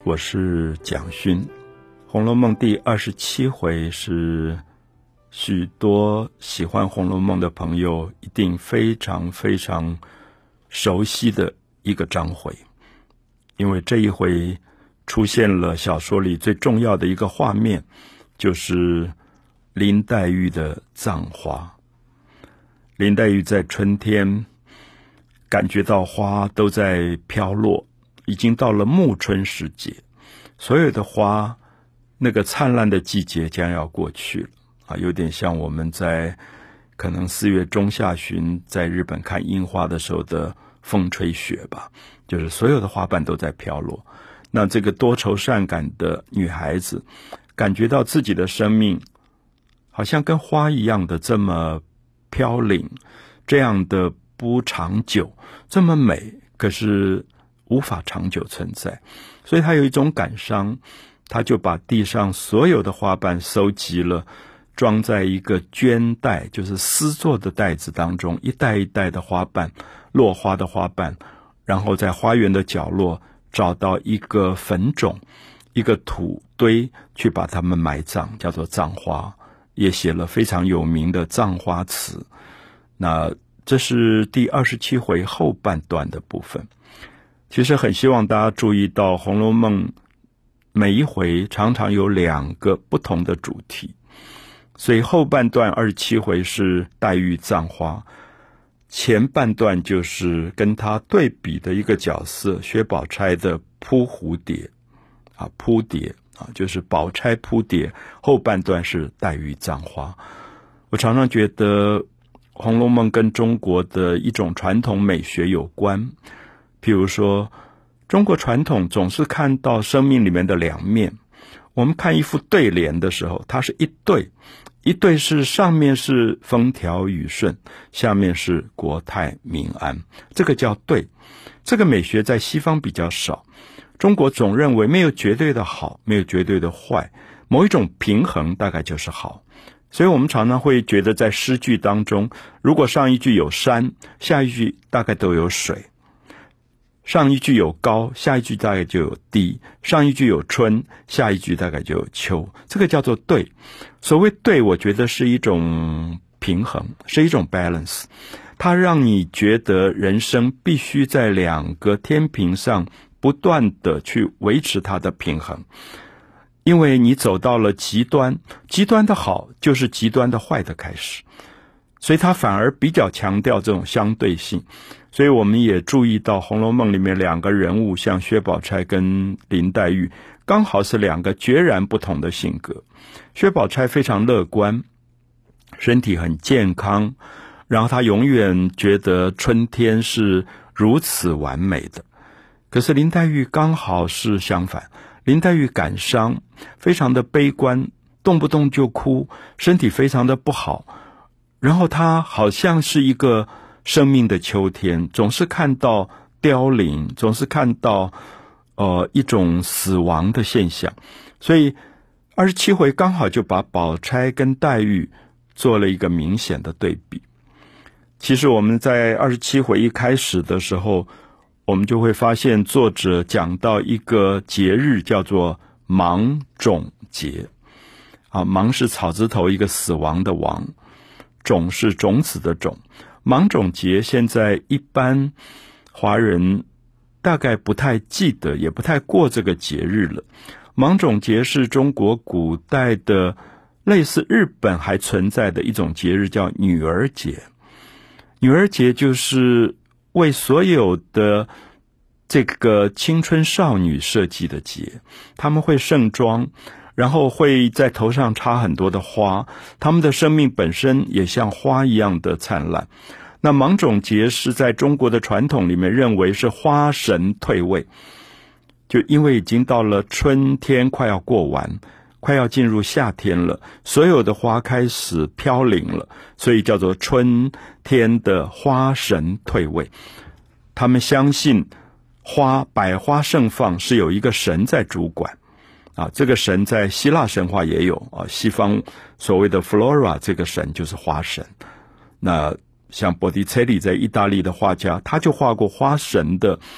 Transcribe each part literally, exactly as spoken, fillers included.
我是蒋勋。《红楼梦》第二十七回是许多喜欢《红楼梦》的朋友一定非常非常熟悉的一个章回，因为这一回出现了小说里最重要的一个画面，就是林黛玉的葬花。林黛玉在春天感觉到花都在飘落，已经到了暮春时节，所有的花那个灿烂的季节将要过去了啊，有点像我们在可能四月中下旬在日本看樱花的时候的风吹雪吧，就是所有的花瓣都在飘落。那这个多愁善感的女孩子感觉到自己的生命好像跟花一样的这么飘零，这样的不长久，这么美，可是无法长久存在，所以他有一种感伤，他就把地上所有的花瓣收集了，装在一个绢袋，就是丝做的袋子当中，一袋一袋的花瓣，落花的花瓣，然后在花园的角落找到一个坟冢，一个土堆，去把它们埋葬，叫做葬花，也写了非常有名的葬花词。那这是第二十七回后半段的部分。其实很希望大家注意到《红楼梦》每一回常常有两个不同的主题，所以后半段二十七回是黛玉葬花，前半段就是跟他对比的一个角色薛宝钗的扑蝴蝶啊，扑蝶啊，就是宝钗扑蝶，后半段是黛玉葬花。我常常觉得《红楼梦》跟中国的一种传统美学有关，譬如说中国传统总是看到生命里面的两面，我们看一副对联的时候，它是一对，一对是上面是风调雨顺，下面是国泰民安，这个叫对。这个美学在西方比较少，中国总认为没有绝对的好，没有绝对的坏，某一种平衡大概就是好。所以我们常常会觉得在诗句当中，如果上一句有山，下一句大概都有水，上一句有高，下一句大概就有低，上一句有春，下一句大概就有秋，这个叫做对。所谓对，我觉得是一种平衡，是一种 balance， 它让你觉得人生必须在两个天平上不断的去维持它的平衡，因为你走到了极端，极端的好就是极端的坏的开始，所以它反而比较强调这种相对性。所以我们也注意到《红楼梦》里面两个人物，像薛宝钗跟林黛玉，刚好是两个截然不同的性格。薛宝钗非常乐观，身体很健康，然后她永远觉得春天是如此完美的。可是林黛玉刚好是相反，林黛玉感伤，非常的悲观，动不动就哭，身体非常的不好，然后她好像是一个生命的秋天，总是看到凋零，总是看到呃一种死亡的现象。所以二十七回刚好就把宝钗跟黛玉做了一个明显的对比。其实我们在二十七回一开始的时候，我们就会发现作者讲到一个节日叫做芒种节啊，芒是草字头一个死亡的亡，种是种子的种。芒种节现在一般华人大概不太记得，也不太过这个节日了。芒种节是中国古代的类似日本还存在的一种节日，叫女儿节。女儿节就是为所有的这个青春少女设计的节，他们会盛装，然后会在头上插很多的花，他们的生命本身也像花一样的灿烂。那芒种节是在中国的传统里面认为是花神退位，就因为已经到了春天快要过完，快要进入夏天了，所有的花开始飘零了，所以叫做春天的花神退位。他们相信花百花盛放是有一个神在主管啊，这个神在希腊神话也有啊，西方所谓的 Flora 这个神就是花神。那像波提切利在意大利的画家，他就画过花神的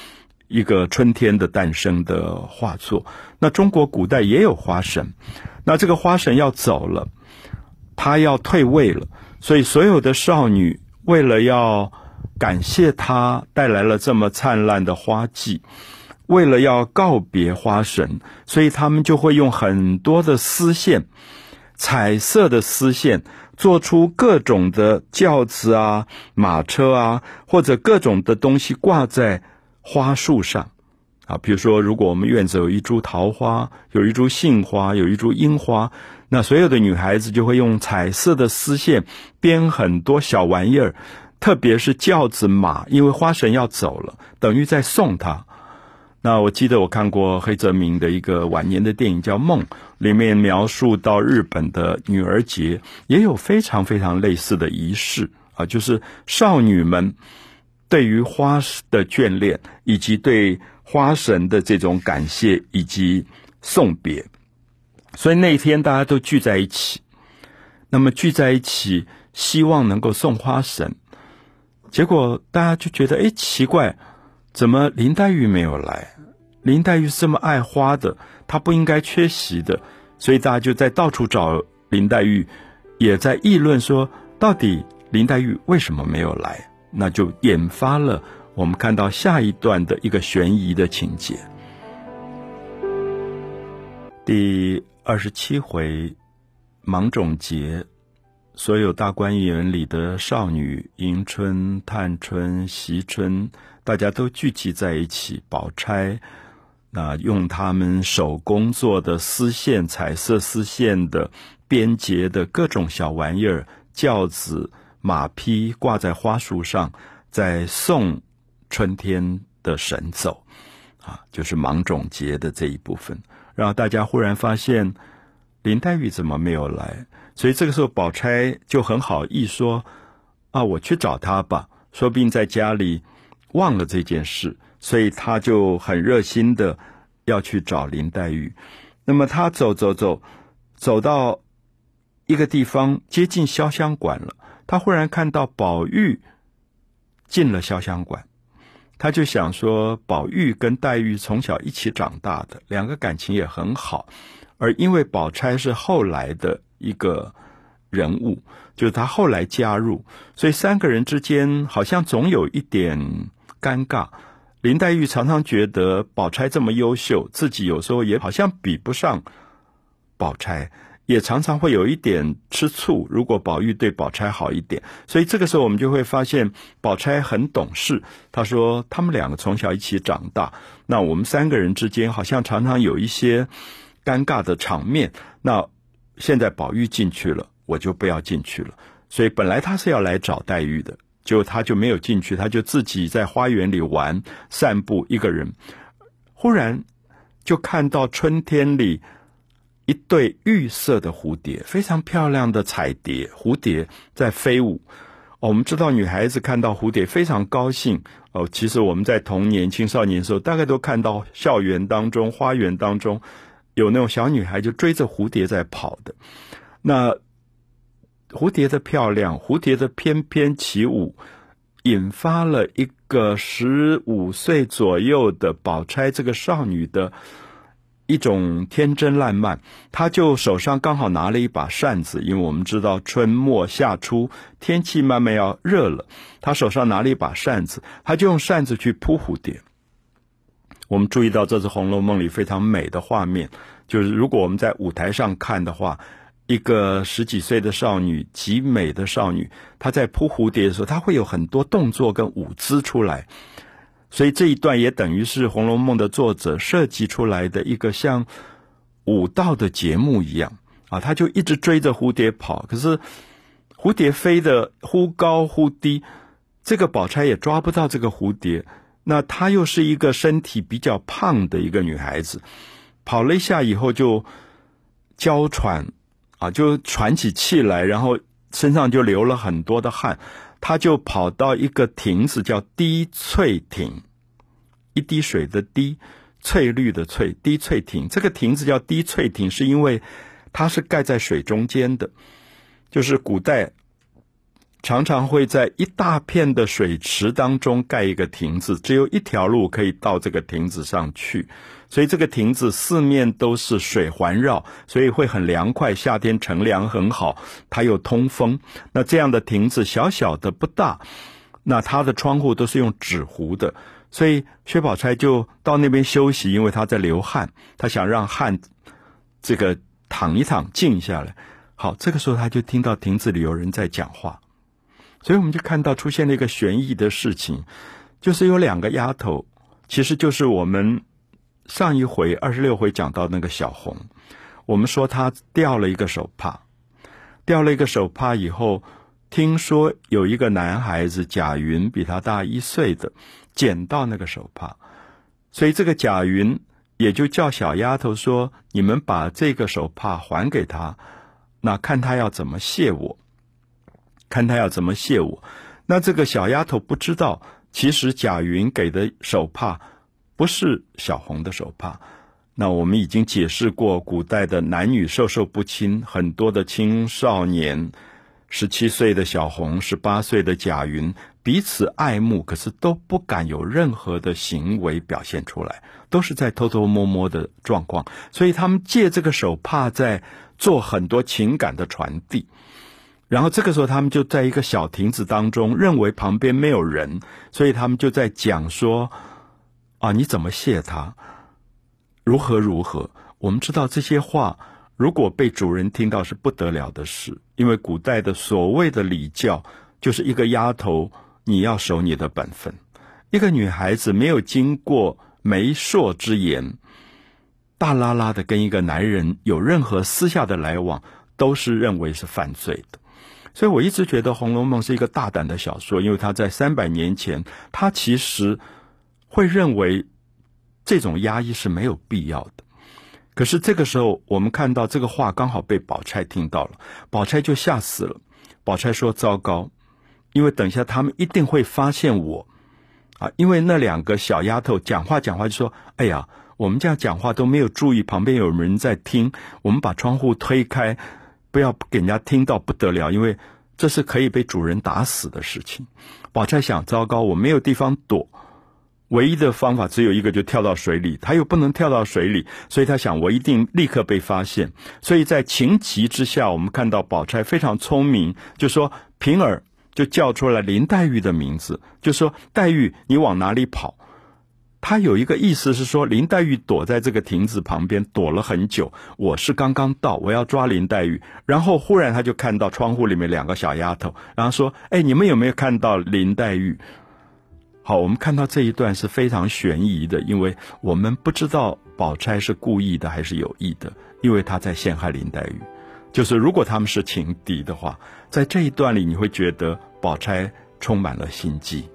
一个春天的诞生的画作。那中国古代也有花神，那这个花神要走了，他要退位了，所以所有的少女为了要感谢他带来了这么灿烂的花季，为了要告别花神，所以他们就会用很多的丝线，彩色的丝线，做出各种的轿子啊、马车啊，或者各种的东西挂在花树上啊。比如说，如果我们院子有一株桃花，有一株杏花，有一株樱花，那所有的女孩子就会用彩色的丝线编很多小玩意儿，特别是轿子马，因为花神要走了，等于在送他。那我记得我看过黑泽明的一个晚年的电影叫《梦》，里面描述到日本的女儿节也有非常非常类似的仪式啊，就是少女们对于花的眷恋，以及对花神的这种感谢以及送别。所以那天大家都聚在一起，那么聚在一起希望能够送花神，结果大家就觉得诶奇怪，怎么林黛玉没有来？林黛玉是这么爱花的，她不应该缺席的，所以大家就在到处找林黛玉，也在议论说到底林黛玉为什么没有来，那就引发了我们看到下一段的一个悬疑的情节。第二十七回芒种节，所有大观园里的少女迎春、探春、惜春，大家都聚集在一起，宝钗那用他们手工做的丝线、彩色丝线的编结的各种小玩意儿，轿子、马匹挂在花树上，在送春天的神走啊，就是芒种节的这一部分。然后大家忽然发现林黛玉怎么没有来，所以这个时候宝钗就很好意说啊，我去找她吧，说不定在家里忘了这件事，所以他就很热心的要去找林黛玉。那么他走走走走到一个地方，接近潇湘馆了，他忽然看到宝玉进了潇湘馆，他就想说宝玉跟黛玉从小一起长大的，两个感情也很好，而因为宝钗是后来的一个人物，就是他后来加入，所以三个人之间好像总有一点尴尬。林黛玉常常觉得宝钗这么优秀，自己有时候也好像比不上宝钗，也常常会有一点吃醋，如果宝玉对宝钗好一点。所以这个时候我们就会发现宝钗很懂事，她说他们两个从小一起长大，那我们三个人之间好像常常有一些尴尬的场面，那现在宝玉进去了，我就不要进去了。所以本来他是要来找黛玉的，结果他就没有进去，他就自己在花园里玩散步一个人。忽然就看到春天里一对玉色的蝴蝶，非常漂亮的彩蝶，蝴蝶在飞舞。哦，我们知道女孩子看到蝴蝶非常高兴哦。其实我们在童年青少年的时候，大概都看到校园当中花园当中有那种小女孩就追着蝴蝶在跑的。那蝴蝶的漂亮，蝴蝶的翩翩起舞，引发了一个十五岁左右的宝钗这个少女的一种天真烂漫。她就手上刚好拿了一把扇子，因为我们知道春末夏初天气慢慢要热了，她手上拿了一把扇子，她就用扇子去扑蝴蝶。我们注意到这是《红楼梦》里非常美的画面，就是如果我们在舞台上看的话，一个十几岁的少女，极美的少女，她在扑蝴蝶的时候，她会有很多动作跟舞姿出来，所以这一段也等于是《红楼梦》的作者设计出来的一个像舞蹈的节目一样啊，她就一直追着蝴蝶跑，可是蝴蝶飞得忽高忽低，这个宝钗也抓不到这个蝴蝶，那她又是一个身体比较胖的一个女孩子，跑了一下以后就娇喘啊，就喘起气来，然后身上就流了很多的汗，他就跑到一个亭子叫滴翠亭，一滴水的滴，翠绿的翠，滴翠亭。这个亭子叫滴翠亭，是因为它是盖在水中间的，就是古代常常会在一大片的水池当中盖一个亭子，只有一条路可以到这个亭子上去，所以这个亭子四面都是水环绕，所以会很凉快，夏天乘凉很好，它又通风。那这样的亭子小小的不大，那它的窗户都是用纸糊的，所以薛宝钗就到那边休息，因为她在流汗，她想让汗这个躺一躺静下来。好，这个时候她就听到亭子里有人在讲话，所以我们就看到出现了一个悬疑的事情，就是有两个丫头，其实就是我们上一回二十六回讲到那个小红，我们说她掉了一个手帕，掉了一个手帕以后，听说有一个男孩子贾云比她大一岁的捡到那个手帕，所以这个贾云也就叫小丫头说，你们把这个手帕还给他，那看他要怎么谢我，看他要怎么谢我。那这个小丫头不知道，其实贾云给的手帕不是小红的手帕。那我们已经解释过，古代的男女授受不亲，很多的青少年，十七岁的小红，十八岁的贾云，彼此爱慕，可是都不敢有任何的行为表现出来，都是在偷偷摸摸的状况，所以他们借这个手帕在做很多情感的传递。然后这个时候他们就在一个小亭子当中，认为旁边没有人，所以他们就在讲说，啊，你怎么谢他，如何如何。我们知道这些话如果被主人听到是不得了的事，因为古代的所谓的礼教就是一个丫头你要守你的本分，一个女孩子没有经过媒妁之言，大拉拉的跟一个男人有任何私下的来往，都是认为是犯罪的。所以我一直觉得《红楼梦》是一个大胆的小说，因为它在三百年前，它其实会认为这种压抑是没有必要的。可是这个时候我们看到这个话刚好被宝钗听到了，宝钗就吓死了。宝钗说糟糕，因为等一下他们一定会发现我啊！因为那两个小丫头讲话讲话就说，哎呀，我们这样讲话都没有注意旁边有人在听，我们把窗户推开，不要给人家听到不得了，因为这是可以被主人打死的事情。宝钗想，糟糕，我没有地方躲，唯一的方法只有一个，就跳到水里，他又不能跳到水里，所以他想我一定立刻被发现。所以在情急之下，我们看到宝钗非常聪明，就说平儿就叫出来林黛玉的名字，就说黛玉你往哪里跑。他有一个意思是说，林黛玉躲在这个亭子旁边躲了很久，我是刚刚到，我要抓林黛玉。然后忽然他就看到窗户里面两个小丫头，然后说，哎，你们有没有看到林黛玉？好，我们看到这一段是非常悬疑的，因为我们不知道宝钗是故意的还是有意的，因为她在陷害林黛玉。就是如果他们是情敌的话，在这一段里你会觉得宝钗充满了心机。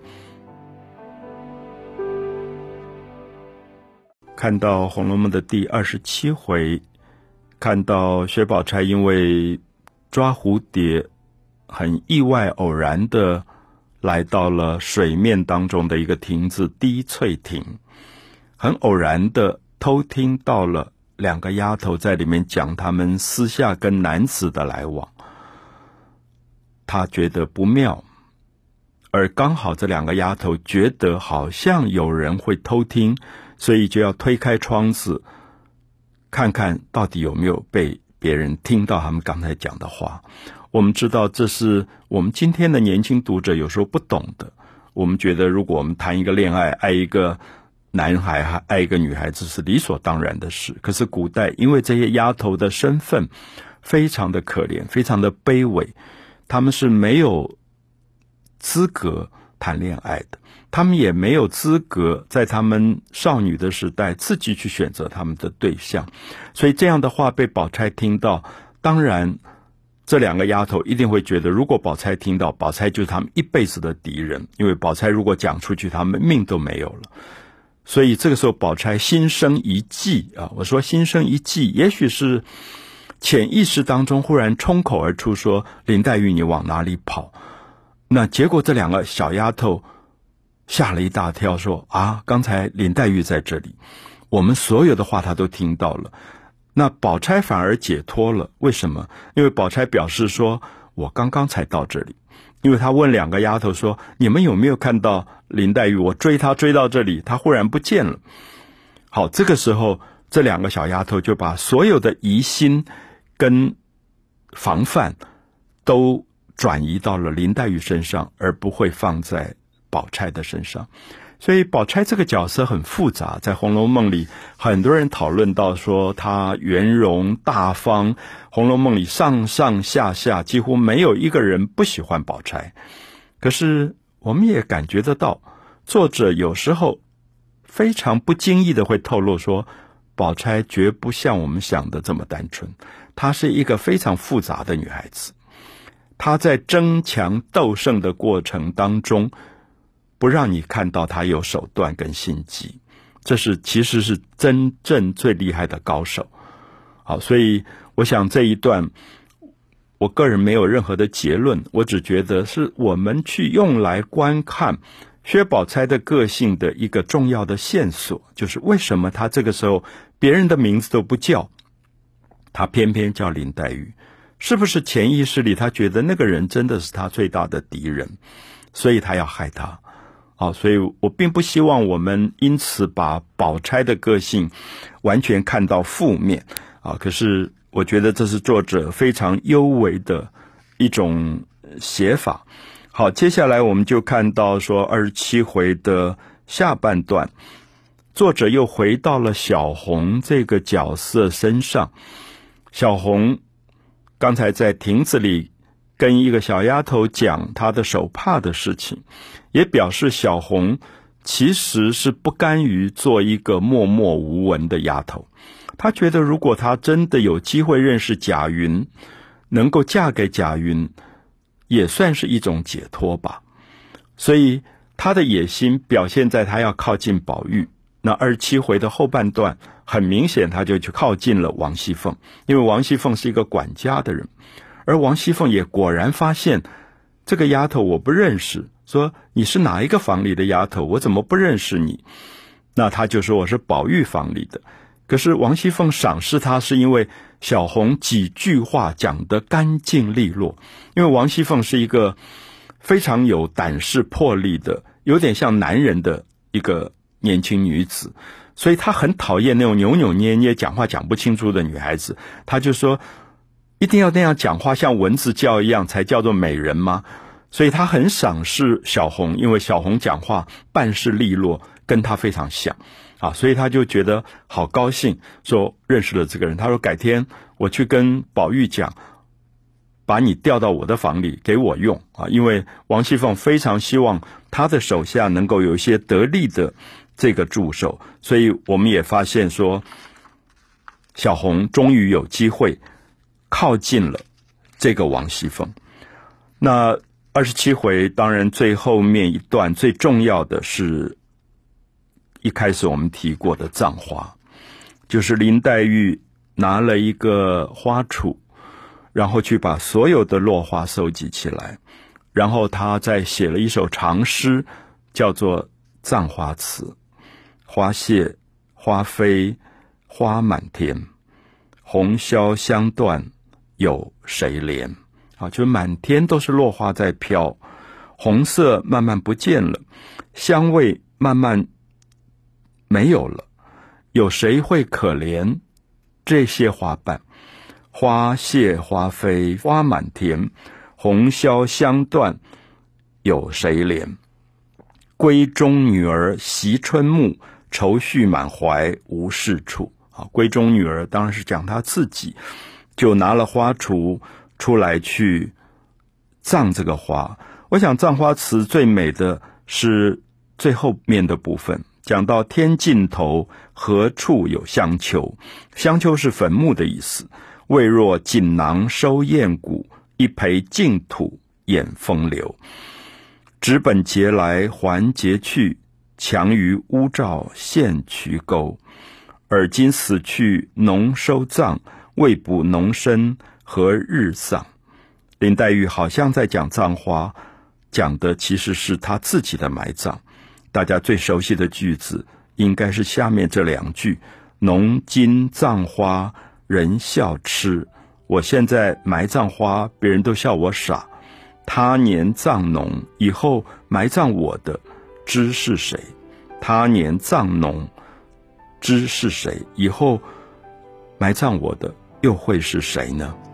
看到《红楼梦》的第二十七回，看到薛宝钗因为抓蝴蝶很意外偶然的来到了水面当中的一个亭子滴翠亭，很偶然的偷听到了两个丫头在里面讲他们私下跟男子的来往，她觉得不妙，而刚好这两个丫头觉得好像有人会偷听，所以就要推开窗子看看到底有没有被别人听到他们刚才讲的话。我们知道这是我们今天的年轻读者有时候不懂的，我们觉得如果我们谈一个恋爱，爱一个男孩还爱一个女孩子是理所当然的事，可是古代因为这些丫头的身份非常的可怜，非常的卑微，他们是没有资格谈恋爱的，他们也没有资格在他们少女的时代自己去选择他们的对象。所以这样的话被宝钗听到，当然这两个丫头一定会觉得，如果宝钗听到，宝钗就是他们一辈子的敌人，因为宝钗如果讲出去，他们命都没有了。所以这个时候宝钗心生一计啊，我说心生一计，也许是潜意识当中忽然冲口而出说，林黛玉你往哪里跑。那结果这两个小丫头吓了一大跳，说啊，刚才林黛玉在这里，我们所有的话她都听到了。那宝钗反而解脱了，为什么？因为宝钗表示说，我刚刚才到这里， 因为他问两个丫头说，你们有没有看到林黛玉？我追她追到这里，她忽然不见了。好，这个时候这两个小丫头就把所有的疑心跟防范都转移到了林黛玉身上，而不会放在宝钗的身上。所以宝钗这个角色很复杂，在《红楼梦》里很多人讨论到说她圆融大方，《红楼梦》里上上下下几乎没有一个人不喜欢宝钗。可是我们也感觉得到，作者有时候非常不经意的会透露说，宝钗绝不像我们想的这么单纯，她是一个非常复杂的女孩子。她在争强斗胜的过程当中，不让你看到她有手段跟心机，这是其实是真正最厉害的高手。好，所以我想这一段我个人没有任何的结论，我只觉得是我们去用来观看薛宝钗的个性的一个重要的线索，就是为什么她这个时候别人的名字都不叫，她偏偏叫林黛玉，是不是潜意识里她觉得那个人真的是她最大的敌人，所以她要害她。好，所以我并不希望我们因此把宝钗的个性完全看到负面啊。可是我觉得这是作者非常幽微的一种写法。好，接下来我们就看到说二十七回的下半段，作者又回到了小红这个角色身上。小红刚才在亭子里跟一个小丫头讲她的手帕的事情，也表示小红其实是不甘于做一个默默无闻的丫头。她觉得如果她真的有机会认识贾云，能够嫁给贾云，也算是一种解脱吧。所以她的野心表现在她要靠近宝玉。那二十七回的后半段很明显她就去靠近了王熙凤，因为王熙凤是一个管家的人，而王熙凤也果然发现这个丫头我不认识，说你是哪一个房里的丫头，我怎么不认识你？那她就说我是宝玉房里的。可是王熙凤赏识她是因为小红几句话讲得干净利落，因为王熙凤是一个非常有胆识魄力的，有点像男人的一个年轻女子，所以她很讨厌那种扭扭捏捏讲话讲不清楚的女孩子。她就说一定要那样讲话像蚊子叫一样才叫做美人吗？所以她很赏识小红，因为小红讲话办事利落，跟她非常像啊，所以她就觉得好高兴，说认识了这个人。她说改天我去跟宝玉讲，把你调到我的房里给我用啊，因为王熙凤非常希望她的手下能够有一些得力的这个助手。所以我们也发现说小红终于有机会靠近了这个王熙凤。那二十七回当然最后面一段最重要的是一开始我们提过的葬花，就是林黛玉拿了一个花杵，然后去把所有的落花收集起来，然后她再写了一首长诗，叫做葬花词。花谢花飞花满天，红消香断有谁怜？啊，就满天都是落花在飘，红色慢慢不见了，香味慢慢没有了，有谁会可怜这些花瓣？花谢花飞花满天，红消香断有谁怜？闺中女儿袭春暮，愁绪满怀无是处。啊，闺中女儿当然是讲她自己，就拿了花锄出来去葬这个花。我想葬花词最美的是最后面的部分，讲到天尽头何处有香丘，香丘是坟墓的意思。未若锦囊收燕骨，一揆净土掩风流。纸本节来还节去，强于乌罩现渠沟。而今死去农收葬，未卜农生何日丧？林黛玉好像在讲葬花，讲的其实是她自己的埋葬。大家最熟悉的句子应该是下面这两句：农今葬花人笑痴。我现在埋葬花，别人都笑我傻， 他年葬农，以后埋葬我的，知是谁？他年葬农，知是谁？以后埋葬我的，又会是谁呢？